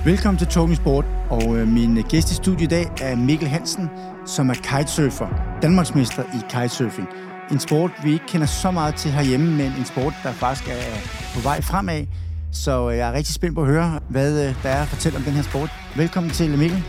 Velkommen til Talking Sport, og min gæst i studiet i dag er Mikkel Hansen, som er kitesurfer, Danmarksmester i kitesurfing. En sport, vi ikke kender så meget til herhjemme, men en sport, der faktisk er på vej fremad. Så jeg er rigtig spændt på at høre, hvad der er at fortælle om den her sport. Velkommen til, Mikkel.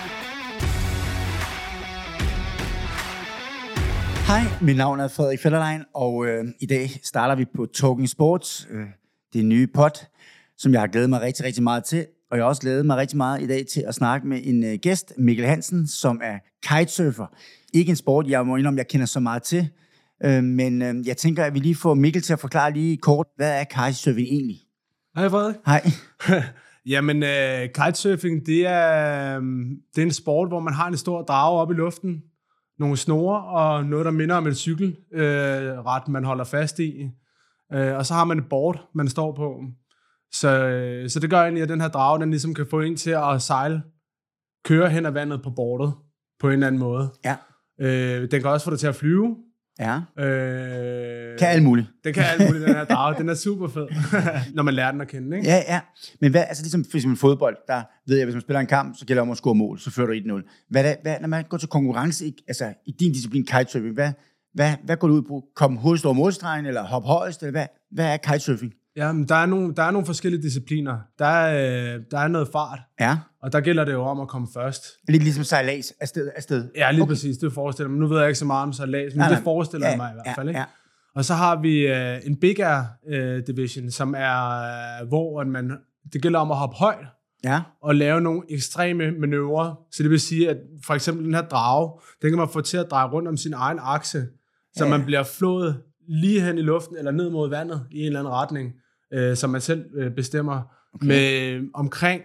Hej, mit navn er Frederik Fetterlein, og i dag starter vi på Talking Sports, det nye pod, som jeg har glædet mig rigtig, rigtig meget til. Og jeg har også glædet mig rigtig meget i dag til at snakke med en gæst, Mikkel Hansen, som er kitesurfer. Ikke en sport, jeg må indrømme, jeg kender så meget til, men jeg tænker, at vi lige får Mikkel til at forklare lige kort, hvad er kitesurfing egentlig? Hej Frederik. Hej. Jamen, kitesurfing, det er en sport, hvor man har en stor drage op i luften, nogle snore og noget, der minder om en cykelret, man holder fast i. Og så har man et board, man står på. Så det gør egentlig, at den her drage, den ligesom kan få en til at køre hen ad vandet på boardet på en eller anden måde. Ja. Den kan også få dig til at flyve. Ja. Kan alt muligt. Den kan alt muligt, den her drage. Den er super fed, når man lærer den at kende, ikke? Ja. Men hvad, altså ligesom for eksempel fodbold, der ved jeg, hvis man spiller en kamp, så gælder det om at score mål, så fører du 1-0. Hvad, når man går til konkurrence, altså i din disciplin kitesurfing, hvad går du ud på? Komme hurtigst over målstregen, eller hoppe højst, eller hvad er kitesurfing? Ja, men der er nogle forskellige discipliner. Der er noget fart, ja. Og der gælder det jo om at komme først. Lidt ligesom sejlads afsted. Ja, lige præcis, det forestiller mig. Nu ved jeg ikke så meget om sejlads, men det forestiller jeg mig i hvert fald. Ikke? Ja. Og så har vi en Big Air division, som er, hvor det gælder om at hoppe højt, og lave nogle ekstreme manøvrer. Så det vil sige, at for eksempel den her drage, den kan man få til at dreje rundt om sin egen akse, så man bliver flået lige hen i luften, eller ned mod vandet i en eller anden retning, som man selv bestemmer. Okay. Med omkring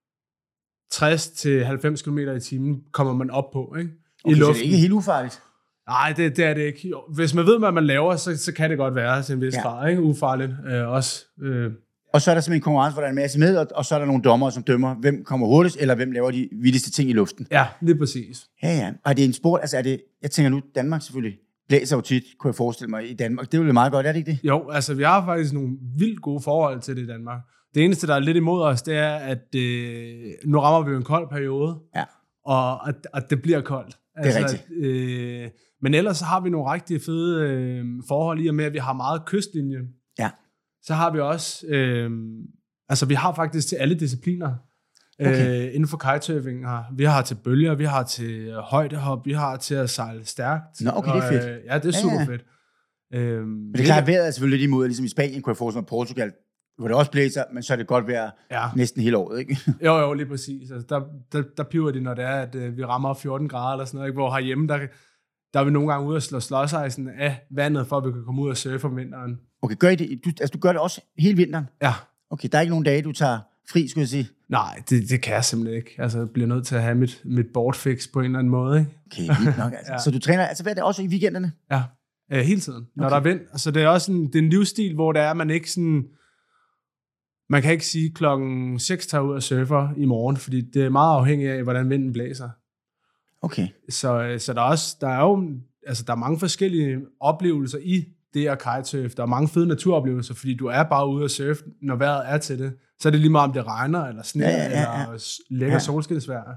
60-90 km i timen kommer man op på, ikke? Okay, i luften. Så det er ikke helt ufarligt? Nej, det er det ikke. Hvis man ved, hvad man laver, så kan det godt være til en vis grad, ikke? Ufarligt også. Og så er der simpelthen en konkurrence, hvor der er en masse med, og så er der nogle dommere, som dømmer, hvem kommer hurtigst, eller hvem laver de vildeste ting i luften. Ja, lige præcis. Ja. Og det er en sport, altså jeg tænker nu, Danmark selvfølgelig blæser jo tit, kunne jeg forestille mig, i Danmark. Det er jo meget godt, er det ikke det? Jo, altså vi har faktisk nogle vildt gode forhold til det i Danmark. Det eneste, der er lidt imod os, det er, at nu rammer vi jo en kold periode, og at det bliver koldt. Det er rigtigt. Men ellers så har vi nogle rigtig fede forhold i og med, at vi har meget kystlinje. Ja. Så har vi også, vi har faktisk til alle discipliner. Okay. Inden for kitesurfing vi har til bølger, vi har til højdehop, vi har til at sejle stærkt. Nå, okay, det er fedt. Ja, det er super fedt. Men det er klart, vejret er selvfølgelig lidt imod, ligesom i Spanien, kunne jeg forestille mig, Portugal, hvor det også blæser, men så er det godt vejr næsten hele året, ikke? Jo, lige præcis. Altså, der piver det, når det er, at vi rammer 14 grader eller sådan noget, ikke? Hvor herhjemme, der er vi nogle gange ude og slå slåsejsen af vandet, for at vi kan komme ud og surfe om vinteren. Okay, gør I det? Du gør det også hele vinteren? Ja. Okay, der er ikke nogen dage, du tager fri, skulle jeg sige? Nej, det kan jeg simpelthen ikke. Altså, jeg bliver nødt til at have mit boardfix på en eller anden måde, ikke? Okay, vildt nok. Altså. Så du træner, altså hvad er det også i weekenderne? Ja, hele tiden, når der er vind. Altså, det er også det er en livsstil, hvor det er, man ikke sådan... Man kan ikke sige, klokken 6 tager ud og surfer i morgen, fordi det er meget afhængigt af, hvordan vinden blæser. Okay. Så der er mange forskellige oplevelser i det at kitesurfe. Der er mange fede naturoplevelser, fordi du er bare ude og surfe, når vejret er til det. Så er det lige meget, om det regner, eller sne, eller lækker solskinsvejr.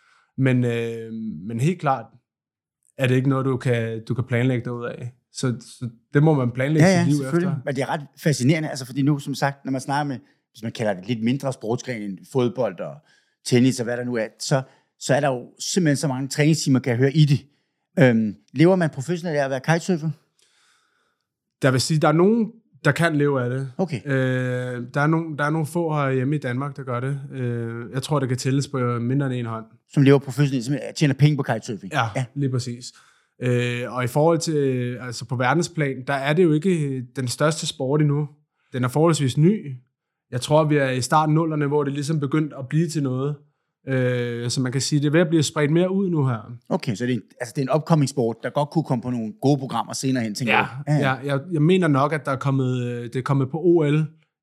Men helt klart er det ikke noget, du kan planlægge dig ud af. Så det må man planlægge sit liv efter. Men det er ret fascinerende, altså fordi nu, som sagt, når man snakker med, hvis man kalder det lidt mindre sportsgren end fodbold og tennis og hvad der nu er, så er der jo simpelthen så mange træningstimer, kan jeg høre i det. Lever man professionelt af at være kitesurfer? Der vil sige, der er nogen, der kan leve af det. Okay. Der er nogle få herhjemme i Danmark, der gør det. Jeg tror, det kan tælles på mindre end en hånd. Som lever professionelt, som tjener penge på kitesurfing? Ja, lige præcis. Og i forhold til, altså på verdensplan, der er det jo ikke den største sport endnu. Den er forholdsvis ny. Jeg tror, vi er i starten 0'erne, hvor det ligesom begyndt at blive til noget. Så man kan sige, det er ved at blive spredt mere ud nu her. Okay, så det er en upcoming sport, der godt kunne komme på nogle gode programmer senere hen, tænker jeg. Ja, jeg mener nok, at det er kommet på OL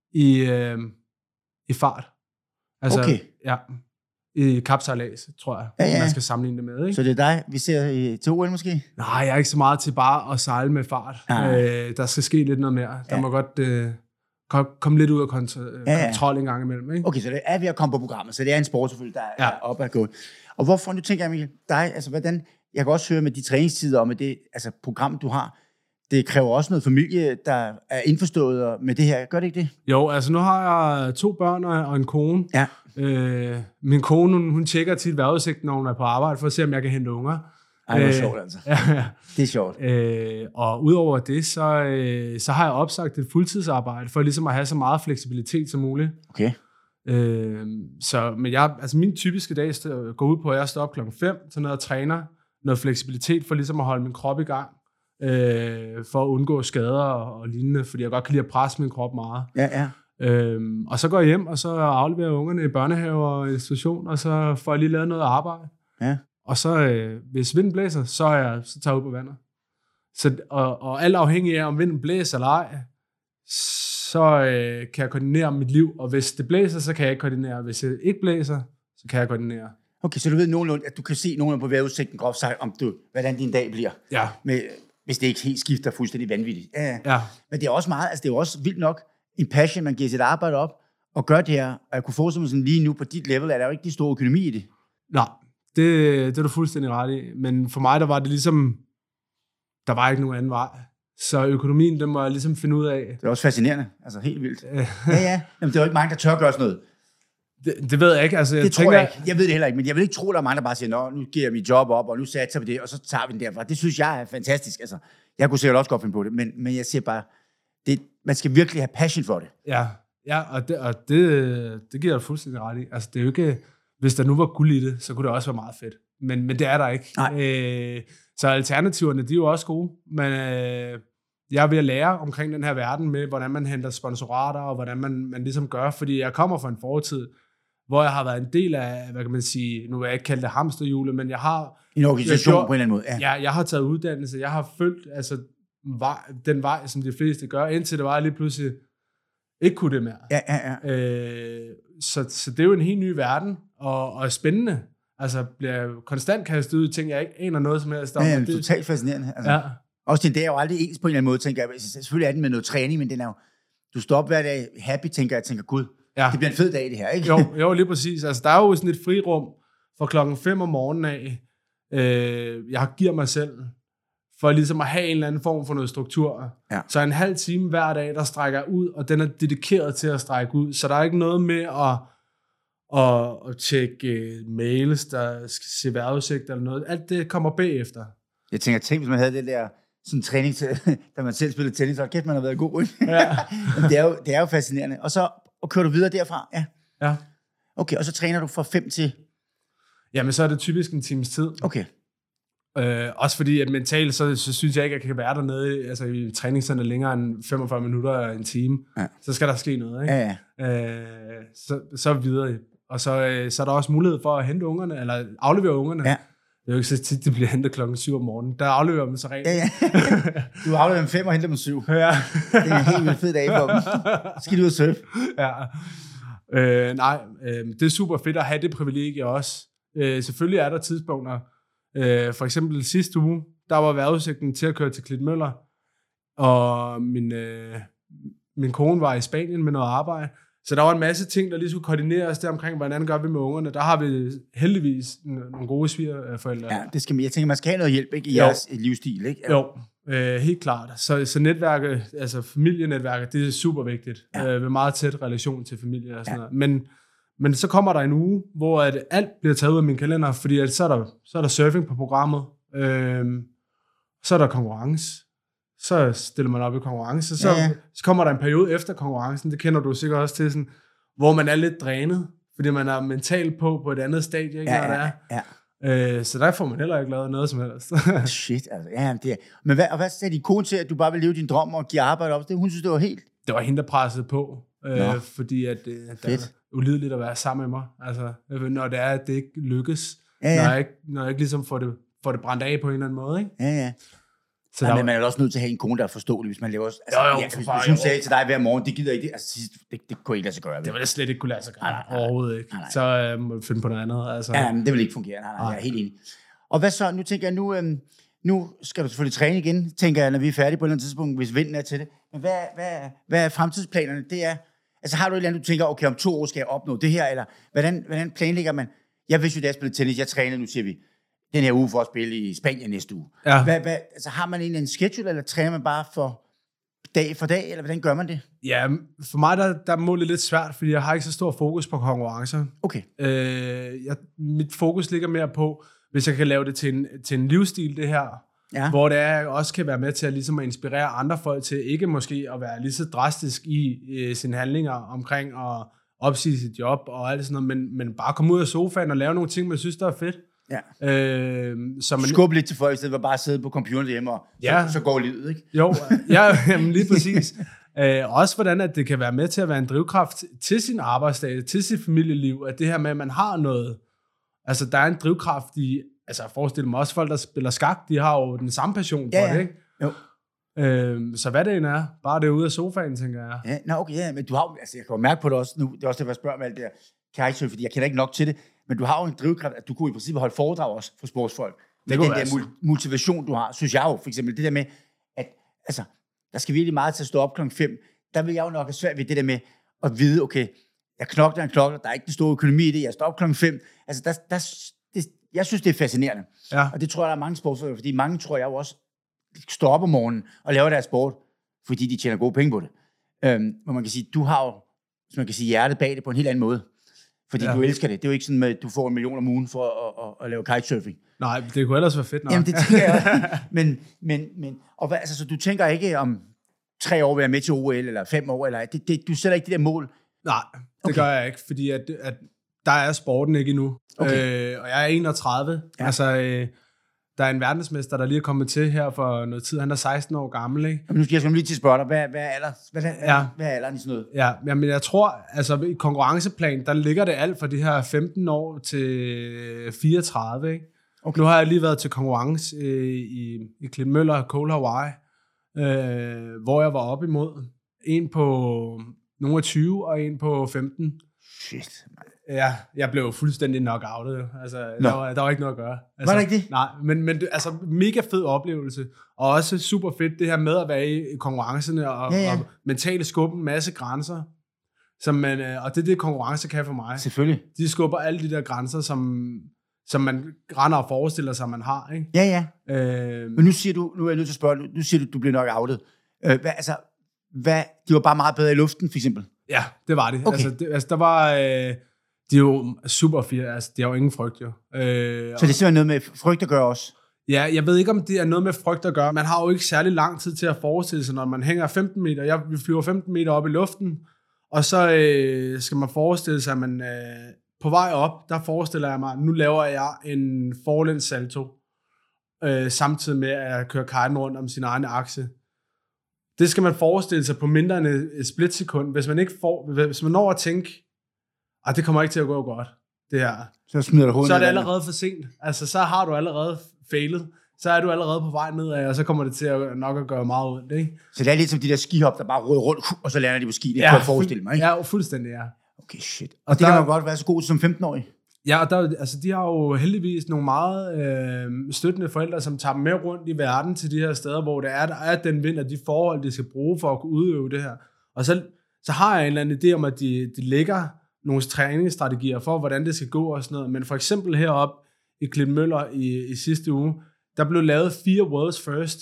i fart. Altså, okay. Ja, i kapsejlads, tror jeg, man skal sammenligne det med. Ikke? Så det er dig, vi ser til OL måske? Nej, jeg er ikke så meget til bare at sejle med fart. Der skal ske lidt noget mere. Der må godt komme lidt ud af kontrol en gang imellem. Ikke? Okay, så det er ved at komme på programmet, så det er en sport selvfølgelig, der er op at gå. Og hvorfor, nu tænker jeg, Mikkel, dig, altså hvordan, jeg kan også høre med de træningstider og med det altså, program, du har, det kræver også noget familie, der er indforstået med det her. Gør det ikke det? Jo, altså nu har jeg 2 børn og en kone. Ja. Min kone, hun tjekker tit vejrudsigten, når hun er på arbejde, for at se, om jeg kan hente unger. Ej, det er sjovt altså. Det er sjovt. Og udover det, så har jeg opsagt et fuldtidsarbejde, for ligesom at have så meget fleksibilitet som muligt. Okay. Men min typiske dag går ud på, at jeg står op 5:00, så noget træner, noget fleksibilitet for ligesom at holde min krop i gang, for at undgå skader og lignende, fordi jeg godt kan lide at presse min krop meget. Ja. Og så går jeg hjem, og så afleverer ungerne i børnehave og institution, og så får jeg lige lavet noget arbejde. Ja. Og så, hvis vinden blæser, så tager jeg ud på vandet. Og alt afhængig af, om vinden blæser eller ej, så kan jeg koordinere mit liv. Og hvis det blæser, så kan jeg ikke koordinere. Hvis det ikke blæser, så kan jeg koordinere. Okay, så du ved nogenlunde, at du kan se nogenlunde på vejrudsigten groft sagt, hvordan din dag bliver. Ja. Hvis det ikke helt skifter fuldstændig vanvittigt. Ja. Men det er også meget, altså det er jo også vildt nok en passion, man giver sit arbejde op og gør det her. Og jeg kunne forestille mig sådan lige nu på dit level, er der jo ikke de store økonomi i det. Nej, det er du fuldstændig ret i. Men for mig, der var det ligesom, der var ikke nogen anden vej. Så økonomien, den må jeg ligesom finde ud af. Det er også fascinerende, altså helt vildt. Ja. Jamen, det er jo ikke mange, der tør gøre sådan noget. Det ved jeg ikke. Altså, det tror jeg ikke. Jeg ved det heller ikke, men jeg vil ikke tro, der er mange, der bare siger, nu giver jeg mit job op, og nu satser vi det, og så tager vi den derfra. Det synes jeg er fantastisk. Altså, jeg kunne sikkert også godt finde på det, men jeg siger bare, man skal virkelig have passion for det. Ja, og det giver jeg fuldstændig ret i. Altså, det er jo ikke, hvis der nu var guld i det, så kunne det også være meget fedt. Men det er der ikke. Så alternativerne, de er jo også gode, men jeg er ved at lære omkring den her verden med, hvordan man henter sponsorater, og hvordan man ligesom gør, fordi jeg kommer fra en fortid, hvor jeg har været en del af, hvad kan man sige, nu vil jeg ikke kalde det hamsterhjulet, men jeg har... En organisation på en eller anden måde, ja. Jeg har taget uddannelse, jeg har følgt altså, den vej, som de fleste gør, indtil det var lige pludselig ikke kunne det mere. Ja. Så det er jo en helt ny verden, og er spændende. Altså bliver konstant kastet ud i ting, jeg ikke aner noget som helst om. Ja, det er totalt fascinerende. Altså. Ja. Også din dag er jo aldrig ens på en eller anden måde, tænker jeg. Selvfølgelig er den med noget træning, men den er jo... Du står op hver dag happy, tænker gud, det bliver en fed dag det her, ikke? Jo, lige præcis. Altså, der er jo sådan et frirum fra 5:00 om morgenen af. Jeg giver mig selv for ligesom at have en eller anden form for noget struktur. Ja. Så en halv time hver dag, der strækker ud, og den er dedikeret til at strække ud. Så der er ikke noget med at tjekke mails, der skal se vejrudsigt eller noget. Alt det kommer bagefter. Jeg tænker, hvis man havde det der sådan træning til, da man selv spillede tennis, så kæft, man har været god. Ja. det er jo fascinerende. Og kører du videre derfra? Ja. Okay, og så træner du fra 5 til? Jamen, så er det typisk en times tid. Okay. Også fordi, at mentalt, så synes jeg ikke, at jeg kan være dernede altså i træningscenter længere end 45 minutter eller en time. Ja. Så skal der ske noget, ikke? Ja. Så videre. Og så er der også mulighed for at hente ungerne, eller aflevere ungerne. Ja. Det er jo ikke så tit, det bliver hentet 7:00 om morgenen. Der afleverer dem så rent. Ja. Du afleverer dem 5 og henter dem 7. Ja. Det er en helt vildt fed dag for dem. Skal du ud og surfe? Ja. Det er super fedt at have det privilegie også. Selvfølgelig er der tidspunkter. For eksempel sidste uge, der var vejrudsigten til at køre til Klitmøller, og min kone var i Spanien med noget arbejde. Så der var en masse ting, der lige skulle koordineres der omkring, hvordan gør vi med ungerne. Der har vi heldigvis nogle gode svigerforældre. Ja, det skal, jeg tænker, man skal have noget hjælp, ikke, i jeres livsstil, ikke? Jo, helt klart. Så netværket, altså familienetværket, det er super vigtigt. Med meget tæt relation til familie og sådan noget. Men så kommer der en uge, hvor at alt bliver taget ud af min kalender, fordi at så er der surfing på programmet. Så er der konkurrence. Så stiller man op i konkurrence. Så kommer der en periode efter konkurrencen, det kender du sikkert også til, sådan, hvor man er lidt drænet, fordi man er mentalt på et andet stadie, ikke, når det er. Så der får man heller ikke lavet noget som helst. Shit, altså. Ja, det er. Men hvad sagde din kone til, at du bare vil leve din drøm og give arbejde op? Hun synes, det var helt... Det var hende, der pressede på, fordi at det er ulideligt at være sammen med mig. Altså, når det er, at det ikke lykkes. Når jeg ikke ligesom får det brændt af på en eller anden måde, ikke? Ja. Så men man er også nødt til at have en kone, der er forståelig, hvis man lever... Altså, hvis hun sagde til dig hver morgen, det gider ikke, altså, det kunne ikke lade sig gøre. Det ville det slet ikke kunne lade sig gøre. Overhovedet ikke. Nej. Så må vi finde på noget andet. Altså. Ja, men det vil ikke fungere. Nej, jeg er helt enig. Og hvad så? Nu tænker jeg, nu skal du selvfølgelig træne igen, tænker jeg, når vi er færdige på et eller andet tidspunkt, hvis vinden er til det. Men hvad er fremtidsplanerne? Det er, altså har du et eller andet, du tænker, okay, om 2 år skal jeg opnå det her, eller hvordan planlægger man? Jeg vidste jo, da jeg spillede tennis, jeg trænede, nu siger vi, den her uge for at spille i Spanien næste uge. Ja. Altså har man en eller anden schedule, eller træner man bare for dag for dag, eller hvordan gør man det? Ja, for mig der er målet lidt svært, fordi jeg har ikke så stor fokus på konkurrencer. Okay. Mit fokus ligger mere på, hvis jeg kan lave det til en livsstil, det her, hvor det er, også kan være med til at, ligesom at inspirere andre folk til ikke måske at være lige så drastisk i sine handlinger omkring at opsige sit job og alt sådan noget, men bare komme ud af sofaen og lave nogle ting, man synes, der er fedt. Ja. Skubbe lidt til folk, i stedet for bare at sidde på computeren hjemme, og så går livet, ikke? Jo, jamen, lige præcis. Også hvordan at det kan være med til at være en drivkraft til sin arbejdsdag, til sit familieliv, at det her med, at man har noget, altså der er en drivkraft i, altså jeg forestiller mig også folk, der spiller skak, de har jo den samme passion for det, ikke? Jo. Så hvad det end er, bare det ude af sofaen, tænker jeg. Ja, okay, men du har, altså jeg kan jo mærke på det også nu, det er også det, jeg spørger med alt det der kitesurf, fordi jeg kender ikke nok til det, men du har jo en drivkraft, at du kunne i princippet holde foredrag også for sportsfolk. Med den der motivation, du har, synes jeg jo, for eksempel det der med, at altså, der skal virkelig meget til at stå op 5:00. Der vil jeg jo nok have svært ved det der med at vide, okay, jeg knokler, der er ikke den store økonomi i det, jeg står op 5:00. Altså, jeg synes, det er fascinerende. Ja. Og det tror jeg, der er mange sportsfolk, fordi mange tror jeg jo også står op om morgenen og laver deres sport, fordi de tjener gode penge på det. Hvor man kan sige, du har jo, hvis man kan sige, hjertet bag det på en helt anden måde. Fordi du elsker det. Det er jo ikke sådan, at du får 1 million om ugen for at lave kitesurfing. Nej, det kunne ellers være fedt nok. Jamen, det tænker jeg. Men og hvad, altså, så du tænker ikke om 3 år være med til OL, eller 5 år, eller du sætter ikke det der mål? Nej, det gør jeg ikke, fordi at der er sporten ikke endnu. Okay. Og jeg er 31. Ja. Altså, der er en verdensmester, der lige er kommet til her for noget tid. Han er 16 år gammel, ikke? Jamen, nu skal jeg lige til at spørge dig, hvad er alderen i sådan noget? Ja, men jeg tror, altså i konkurrenceplan, der ligger det alt fra de her 15 år til 34, ikke? Okay. Nu har jeg lige været til konkurrence i Klitmøller, Cole Hawaii, hvor jeg var op imod en på nogle af 20 og en på 15. Shit, man. Ja, jeg blev fuldstændig knock-outet. Altså, der var ikke noget at gøre. Altså, var det ikke det? Nej, men altså mega fed oplevelse. Og også super fedt det her med at være i konkurrencerne og mentale skubbe en masse grænser. Og det er det, konkurrence kan for mig. Selvfølgelig. De skubber alle de der grænser, som man render og forestiller sig, man har. Ikke? Ja. Men nu er jeg nødt til at spørge, nu siger du bliver knock-outet. De var bare meget bedre i luften, for eksempel? Ja, det var det. Okay. Altså, der var... de er jo super fire, altså de har jo ingen frygt, jo. Så det er simpelthen noget med frygt at gøre også? Ja, jeg ved ikke, om det er noget med frygt at gøre. Man har jo ikke særlig lang tid til at forestille sig, når man hænger 15 meter. Vi flyver 15 meter op i luften, og så skal man forestille sig, at man på vej op, der forestiller jeg mig, at nu laver jeg en forlæns salto, samtidig med at jeg kører kiten rundt om sin egen akse. Det skal man forestille sig på mindre end et splitsekund. Hvis man når at tænke, det kommer ikke til at gå godt, det her. Så er det allerede for sent. Altså, så har du allerede failet. Så er du allerede på vej nedad, og så kommer det til nok at gøre meget ondt, ikke? Så det er lidt som de der skihop, der bare rører rundt, og så lander de på ski. Det kan jeg forestille mig, ikke? Ja, fuldstændig, ja. Okay, shit. Og det kan man godt være så god som 15-årig. Ja, og de har jo heldigvis nogle meget støttende forældre, som tager dem med rundt i verden til de her steder, hvor der er den vind og de forhold, de skal bruge for at kunne udøve det her. Og så har jeg en eller anden idé om, at de lægger nogle træningsstrategier for, hvordan det skal gå og sådan noget. Men for eksempel heroppe i Klitmøller i sidste uge, der blev lavet 4 World's First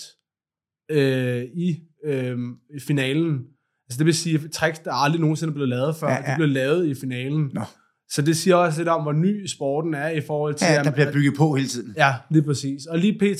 i finalen. Altså det vil sige, tricks, der aldrig nogensinde blev lavet før, de blev lavet i finalen. Nå. Så det siger også lidt om, hvor ny sporten er i forhold til... Ja, der bliver bygget på hele tiden. Ja, lige præcis. Og lige pt,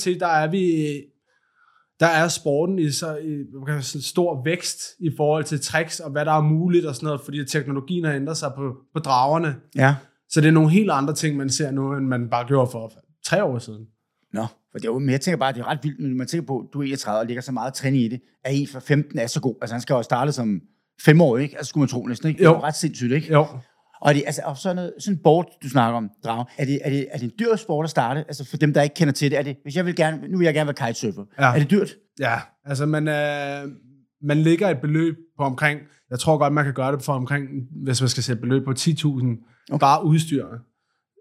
der er sporten i så stor vækst i forhold til tricks, og hvad der er muligt og sådan noget, fordi teknologien har ændret sig på dragerne. Ja. Så det er nogle helt andre ting, man ser nu, end man bare gjorde for 3 år siden. Nå, for det er jo, men jeg tænker bare, det er ret vildt, når man tænker på, at du er 31 og ligger så meget træning i det, at en fra 15 er så god. Altså han skal jo starte som 5 år, ikke? Altså skulle man tro næsten, ikke? Det er jo ret sindssygt, ikke? Jo. Og sådan en board, du snakker om, Drage, er det en dyr sport at starte? Altså for dem, der ikke kender til det, nu vil jeg gerne være kitesurfer. Ja. Er det dyrt? Ja, altså man lægger et beløb på omkring, jeg tror godt, man kan gøre det for omkring, hvis man skal sætte beløb på 10.000, bare udstyr.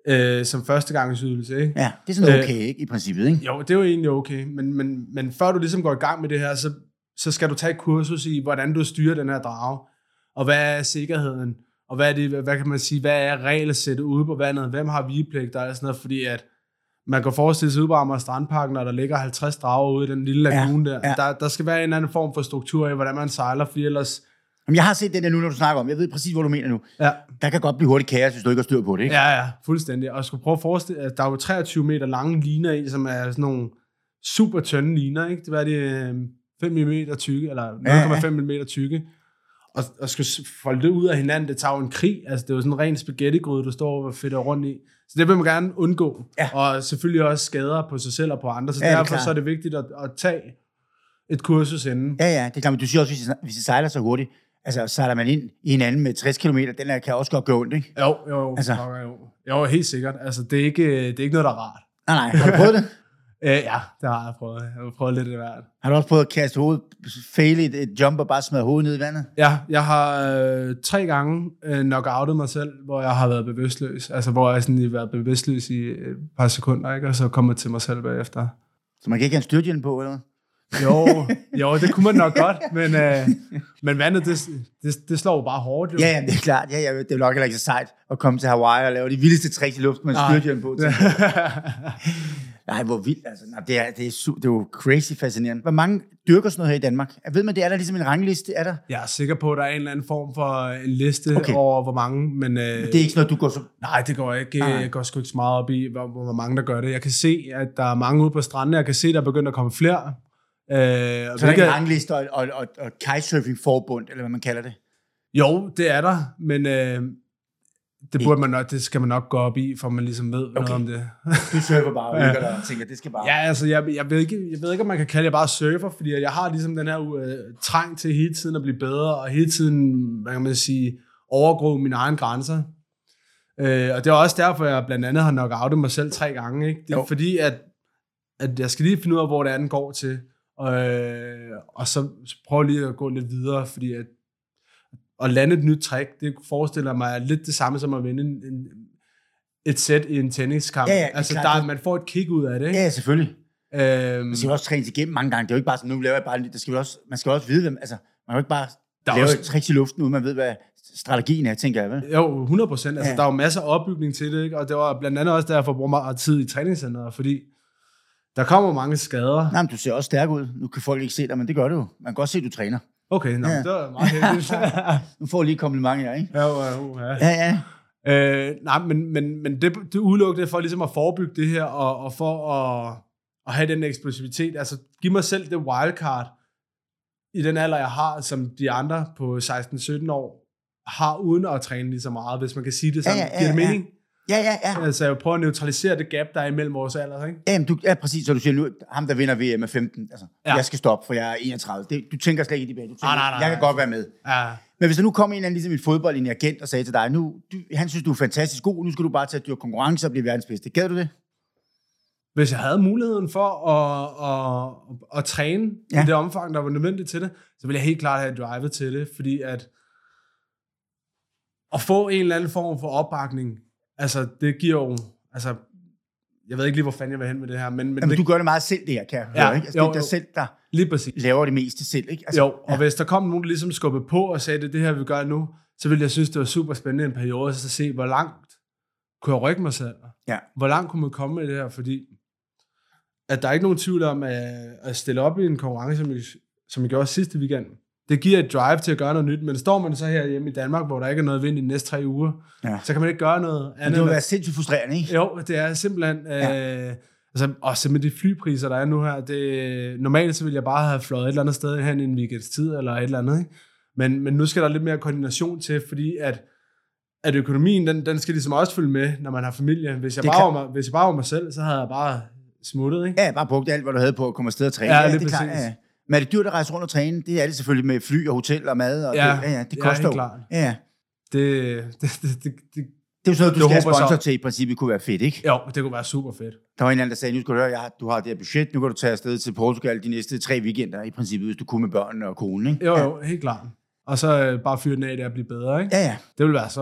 som førstegangsydelse, ikke? Ja, det er sådan okay, ikke? I princippet, ikke? Jo, det er jo egentlig okay, men før du ligesom går i gang med det her, så skal du tage et kursus i, hvordan du styrer den her drage, og hvad er sikkerheden, og hvad kan man sige, hvad er regelsættet ude på vandet, hvem har vigepligt, og sådan noget, fordi at man kan forestille sig ude på Amager Strandparken, når der ligger 50 drager ude i den lille lagune der skal være en anden form for struktur i, hvordan man sejler, fordi ellers... Jamen, jeg har set den der nu, når du snakker om. Jeg ved præcis, hvad du mener nu. Ja. Der kan godt blive hurtigt kaos, hvis du ikke har styr på det, ikke? Ja, fuldstændig. Og jeg skulle prøve at forestille, at der er jo 23 meter lange liner i, som er sådan nogle super tynde liner, ikke? Det var de 5 mm tykke, eller 0,5 mm tykke. Og skulle folde det ud af hinanden, det tager jo en krig. Altså, det er jo sådan en ren spaghettigryde, du står og fedter rundt i. Så det vil man gerne undgå. Ja. Og selvfølgelig også skader på sig selv og på andre. Så derfor så er det vigtigt at tage et kursus inden. Ja, det kan man. Du siger også, hvis I sejler så hurtigt, altså sejler man ind i hinanden med 60 km, den her kan også godt gå ondt, ikke? Jo, helt sikkert. Altså, det er ikke noget, der er rart. Nej, har du prøvet det? Ja, det har jeg prøvet. Jeg har prøvet lidt af hvert. Har du også prøvet at kaste hovedet, fail et jump og bare smadre hovedet ned i vandet? Ja, jeg har 3 gange knockoutet mig selv, hvor jeg har været bevidstløs. Altså, hvor jeg sådan har været bevidstløs i et par sekunder, ikke? Og så kommer til mig selv bagefter. Så man kan ikke have en styrthjelm på, eller hvad? Jo, det kunne man nok godt, men vandet, det slår jo bare hårdt. Jo. Ja, det er klart. Ja, det er nok ikke så sejt at komme til Hawaii og lave de vildeste tricks i luften med en styrthjelm på. Nej, hvor vildt. Altså. Det er jo crazy fascinerende. Hvor mange dyrker sådan noget her i Danmark? Jeg ved man, det er der ligesom en rangliste, er der? Jeg er sikker på, at der er en eller anden form for en liste over, hvor mange, men det er ikke sådan noget, du går så... Nej, det går ikke. Jeg går sgu ikke så meget op i, hvor mange der gør det. Jeg kan se, at der er mange ude på strandene. Jeg kan se, at der er begyndt at komme flere. Så der er en rangliste og kitesurfing-forbund, eller hvad man kalder det? Jo, det er der, men... Det skal man nok gå op i, for man ligesom ved noget om det. Du surfer bare og ligger der og tænker, det skal bare... Ja, altså, jeg ved ikke, om man kan kalde det bare surfer, fordi jeg har ligesom den her trang til hele tiden at blive bedre, og hele tiden, hvad kan man sige, overgå mine egne grænser. Og det er også derfor, jeg blandt andet har knockoutet mig selv 3 gange. Ikke? Det er fordi, at jeg skal lige finde ud af, hvor det er, den går til. Og så prøve lige at gå lidt videre, fordi at lande et nyt trick, det forestiller mig lidt det samme som at vinde et sæt i en tenniskamp. Ja, altså, man får et kick ud af det, ikke? Ja, selvfølgelig. Man skal jo også træne igennem mange gange. Det er jo ikke bare sådan, nu laver jeg bare lidt. Man skal også vide, hvem... Altså, man kan jo ikke bare lave et trick i luften, uden man ved, hvad strategien er, tænker jeg, vel? Jo, 100%. Altså, der er jo masser af opbygning til det, ikke? Og det var blandt andet også derfor, jeg bruger meget tid i træningscenteret, fordi der kommer mange skader. Nej, men du ser også stærk ud. Nu kan folk ikke se dig, men det gør du jo. Man kan godt se, at du træner. Okay, det er meget heldigt. Nu får lige komplimenter, ikke? Ja. Nej, men det udelukker det for ligesom at forebygge det her, og for at have den eksplosivitet. Altså, giv mig selv det wildcard i den alder, jeg har, som de andre på 16-17 år har, uden at træne lige så meget, hvis man kan sige det sådan. Giver det mening? Ja. Altså, jeg prøver at neutralisere det gap, der er imellem vores alder, ikke? Ja, præcis, så du siger nu, ham der vinder VM med 15, altså, jeg skal stoppe, for jeg er 31. Du tænker slet ikke i det, du tænker, nej. Jeg kan godt være med. Ja. Men hvis der nu kom en eller anden, ligesom i fodbold, en agent, og sagde til dig, han synes, du er fantastisk god, nu skal du bare tage dyrke konkurrence og blive verdens bedste. Gad du det? Hvis jeg havde muligheden for at træne i det omfang, der var nødvendigt til det, så ville jeg helt klart have drivet til det, fordi at få en eller anden form for opbakning, altså, det giver jo... Altså, jeg ved ikke lige, hvor fanden jeg vil hen med det her, men du gør det meget selv, det her, kan jeg høre, ikke? Altså, det er dig selv, der lige præcis laver det meste selv, ikke? Altså, og hvis der kom nogen, der ligesom skubbede på og sagde, det her, vi gør nu, så ville jeg synes, det var super spændende en periode, så at se, hvor langt kunne jeg rykke mig selv? Ja. Hvor langt kunne man komme med det her? Fordi at der er ikke nogen tvivl om, at stille op i en konkurrence, som jeg gjorde sidste weekend, det giver et drive til at gøre noget nyt, men står man så her hjemme i Danmark, hvor der ikke er noget vind i de næste 3 uger, så kan man ikke gøre noget andet. Men det vil være sindssygt frustrerende, ikke? Jo, det er simpelthen... altså, også med de flypriser, der er nu her, normalt så ville jeg bare have fløjet et eller andet sted hen i en weekends tid, eller et eller andet, ikke? Men nu skal der lidt mere koordination til, fordi at økonomien, den skal ligesom også følge med, når man har familie. Hvis jeg bare var mig selv, så havde jeg bare smuttet, ikke? Ja, bare brugt alt, hvad du havde på at komme afsted og træne. Ja, det er klart, Men er det dyrt at rejse rundt og træne? Det er det selvfølgelig med fly og hotel og mad. Og det koster jo. Klart. Ja. Det er jo sådan noget, du skal have sponsor til i princippet, kunne være fedt, ikke? Jo, det kunne være super fedt. Der var en anden, der sagde, nu skal du høre, du har det her budget, nu kan du tage afsted til Portugal de næste 3 weekender, i princippet, hvis du kunne med børnene og konen, ikke? Jo, helt klart. Og så bare fyre den af, det at blive bedre, ikke? Ja. Det ville være så fedt.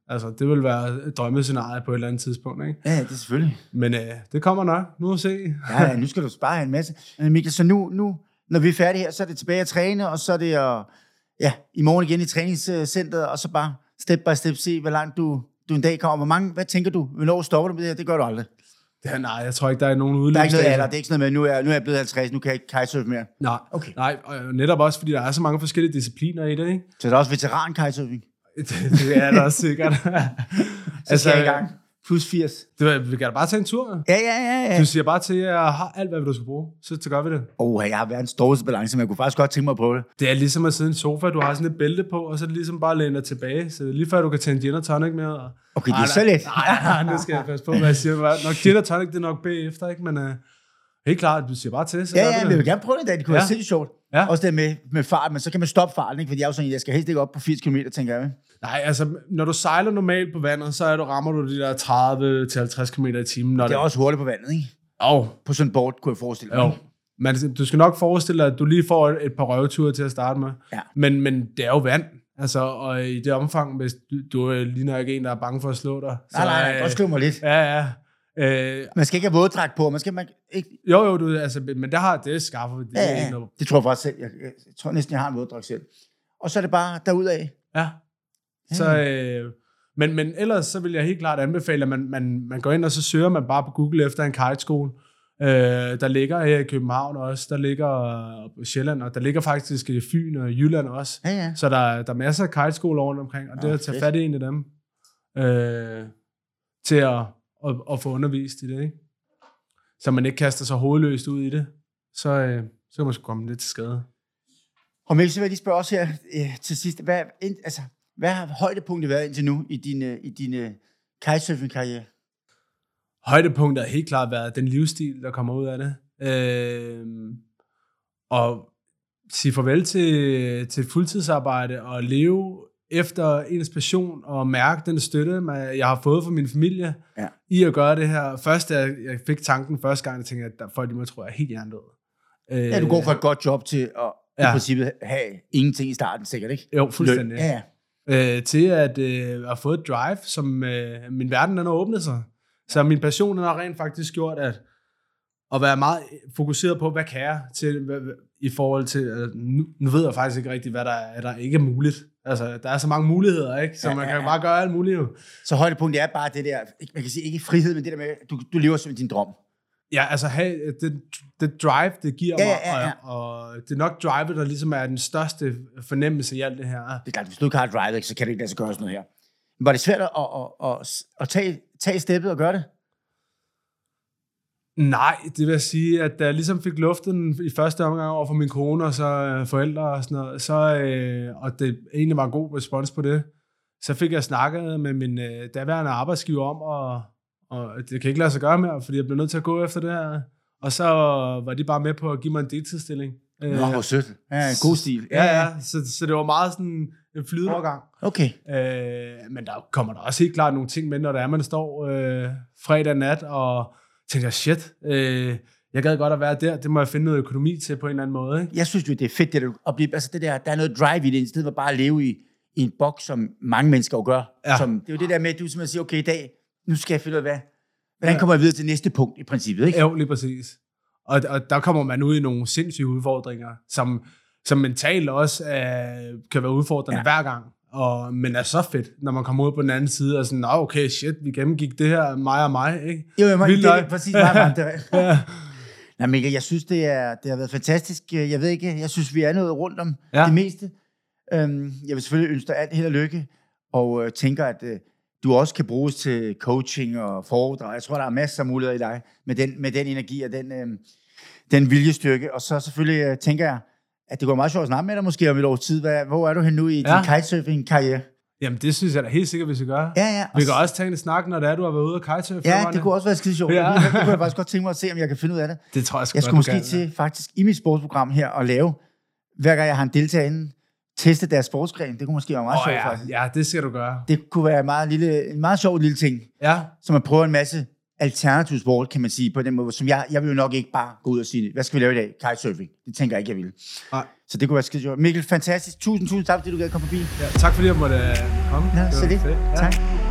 Altså, det vil være drømmescenariet på et eller andet tidspunkt, ikke? Ja, det er selvfølgelig. Men det kommer nok. Nu må vi se. Ja, nu skal du spare en masse. Michael, så nu, når vi er færdige her, så er det tilbage at træne, og så er det i morgen igen i træningscenteret, og så bare step by step se, hvor langt du en dag kommer. Hvad tænker du? Hvornår stopper du med det her? Det gør du aldrig. Nej, jeg tror ikke, der er nogen udløb. Der er ikke noget alder. Det er ikke sådan noget med, nu er jeg blevet 50, nu kan jeg ikke kitesurfe mere. Nej, okay. Nej, og netop også, fordi der er så mange forskellige discipliner i det, ikke? Så er der også veteran kitesurfing? Det er der også sikkert. Så skal jeg i gang. Plus 80. Vi kan da bare tage en tur. Ja. Du siger bare til, at jeg har alt, hvad du skal bruge. Så gør vi det. Jeg har verdens dårligste balance, men jeg kunne faktisk godt tænke mig på det. Det er ligesom at sidde i en sofa, du har sådan et bælte på, og så er det ligesom bare at læne dig tilbage. Så lige før du kan tage en gin og tonic med. Okay, det er så let. Nej, nu skal jeg passe på, hvad jeg siger. Nok gin og tonic, det er nok bagefter, ikke? Men helt klart, du siger bare til. Så ja, men jeg vil gerne prøve det i dag. Det kunne være sindssygt sjovt. Ja. Også det med fart, men så kan man stoppe farten, ikke? Fordi jeg er jo sådan, jeg skal helst ikke op på 80 km, tænker jeg. Nej, altså, når du sejler normalt på vandet, så rammer du de der 30-50 km i timen. Det er også hurtigt på vandet, ikke? Jo. På sådan en board, kunne jeg forestille mig. Jo. Men du skal nok forestille dig, at du lige får et par røveture til at starte med. Ja. Men det er jo vand. Altså, og i det omfang, hvis du ligner ikke en, der er bange for at slå dig. Nej, jeg kan godt slå mig lidt. Ja. Man skal ikke have våddragt på, man ikke... Jo, men det skaffer vi. Det tror jeg faktisk selv. Jeg tror næsten, jeg har en våddragt selv. Og så er det bare derudad. Ja. Så, men ellers så vil jeg helt klart anbefale, at man går ind, og så søger man bare på Google efter en kiteskole. Der ligger her i København også, der ligger på Sjælland, og der ligger faktisk i Fyn og Jylland også. Ja. Så der er masser af kiteskoler rundt omkring, og det er at tage fat i en af dem til at få undervist i det, ikke? Så man ikke kaster sig hovedløst ud i det, så kan man sgu komme lidt til skade. Og Mikkel, så vil jeg lige spørge også her til sidst, hvad har højdepunktet været indtil nu i din kitesurfing-karriere? Højdepunktet har helt klart været den livsstil, der kommer ud af det. Og sige farvel til fuldtidsarbejde og leve efter ens passion og mærke den støtte, jeg har fået fra min familie i at gøre det her. Først, da jeg fik tanken første gang, jeg tænkte, at folk de må tro, jeg er helt hjernedød. Ja, du går fra et godt job til at i princippet have ingenting i starten, sikkert, ikke? Jo, fuldstændig. Til at have fået et drive, som min verden den har åbnet sig. Så min passion har rent faktisk gjort, at være meget fokuseret på, hvad kan jeg til, i forhold til, nu ved jeg faktisk ikke rigtigt, hvad der ikke er muligt. Altså, der er så mange muligheder, ikke? Så man kan bare gøre alt muligt. Så højdepunktet er bare det der, man kan sige ikke frihed, men det der med, du lever som din drøm. Ja, altså det drive, det giver mig, og det er nok drive, der ligesom er den største fornemmelse i alt det her. Det er klart, hvis du ikke har drive, så kan det ikke lade sig gøre sådan noget her. Var det svært at tage steppet og gøre det? Nej, det vil sige, at da jeg ligesom fik luften i første omgang over for min kone og så forældre og sådan noget, og det egentlig var en god respons på det, så fik jeg snakket med min daværende arbejdsgiver om, og det kan ikke lade sig gøre mere, fordi jeg blev nødt til at gå efter det her. Og så var de bare med på at give mig en deltidsstilling. Nå, hvor sødt. Ja, god stil. Ja. Så det var meget sådan en flydende overgang. Okay. Men der kommer der også helt klart nogle ting med, når der er, man står fredag nat og tænker, shit, jeg gad godt at være der. Det må jeg finde noget økonomi til på en eller anden måde. Ikke? Jeg synes jo, det er fedt, at blive, altså det der er noget drive i det, i stedet for bare at leve i en boks, som mange mennesker jo gør. Ja. Det er jo det der med, at du simpelthen siger, okay, i dag, nu skal jeg finde ud af, hvordan kommer jeg videre til næste punkt i princippet, ikke? Jo, lige præcis. Og der kommer man ud i nogle sindssyge udfordringer, som mentalt også kan være udfordrende hver gang. Men er så fedt, når man kommer ud på den anden side og sådan, okay, shit, vi gennemgik det her, mig og mig, ikke? Jo, det er præcis mig. Nej, Mikkel, jeg synes, det har været fantastisk. Jeg ved ikke, jeg synes, vi er noget rundt om det meste. Jeg vil selvfølgelig ønske dig alt held og lykke, og tænker, at du også kan bruges til coaching og foredrag. Jeg tror, der er masser af muligheder i dig, med den energi og den viljestyrke. Og så selvfølgelig tænker jeg, at det går meget sjovt at snakke med dig måske om et års tid. Hvor er du henne nu i din kitesurfing-karriere? Jamen, det synes jeg da helt sikkert, vi skal gøre. Ja. Vi kan også tage en snak, når du har været ude og kitesurfe. Ja, det kunne også være skide sjovt. Ja. Det kunne jeg faktisk godt tænke mig at se, om jeg kan finde ud af det. Det tror jeg sgu Jeg skulle måske til faktisk i mit sportsprogram her at lave, hver gang jeg har en deltager inde, teste deres sportsgren. Det kunne måske være meget sjovt, faktisk. Ja, det skal du gøre. Det kunne være en meget sjov lille ting. Ja. Så man prøver en masse alternativ sport, kan man sige, på den måde, som jeg vil jo nok ikke bare gå ud og sige, hvad skal vi lave i dag? Kitesurfing. Det tænker jeg ikke, jeg vil. Nej. Så det kunne være skidt. Mikkel, fantastisk. Tusind tak, fordi du gad komme forbi. Ja, tak fordi jeg måtte komme. Ja, så det. Ja. Tak.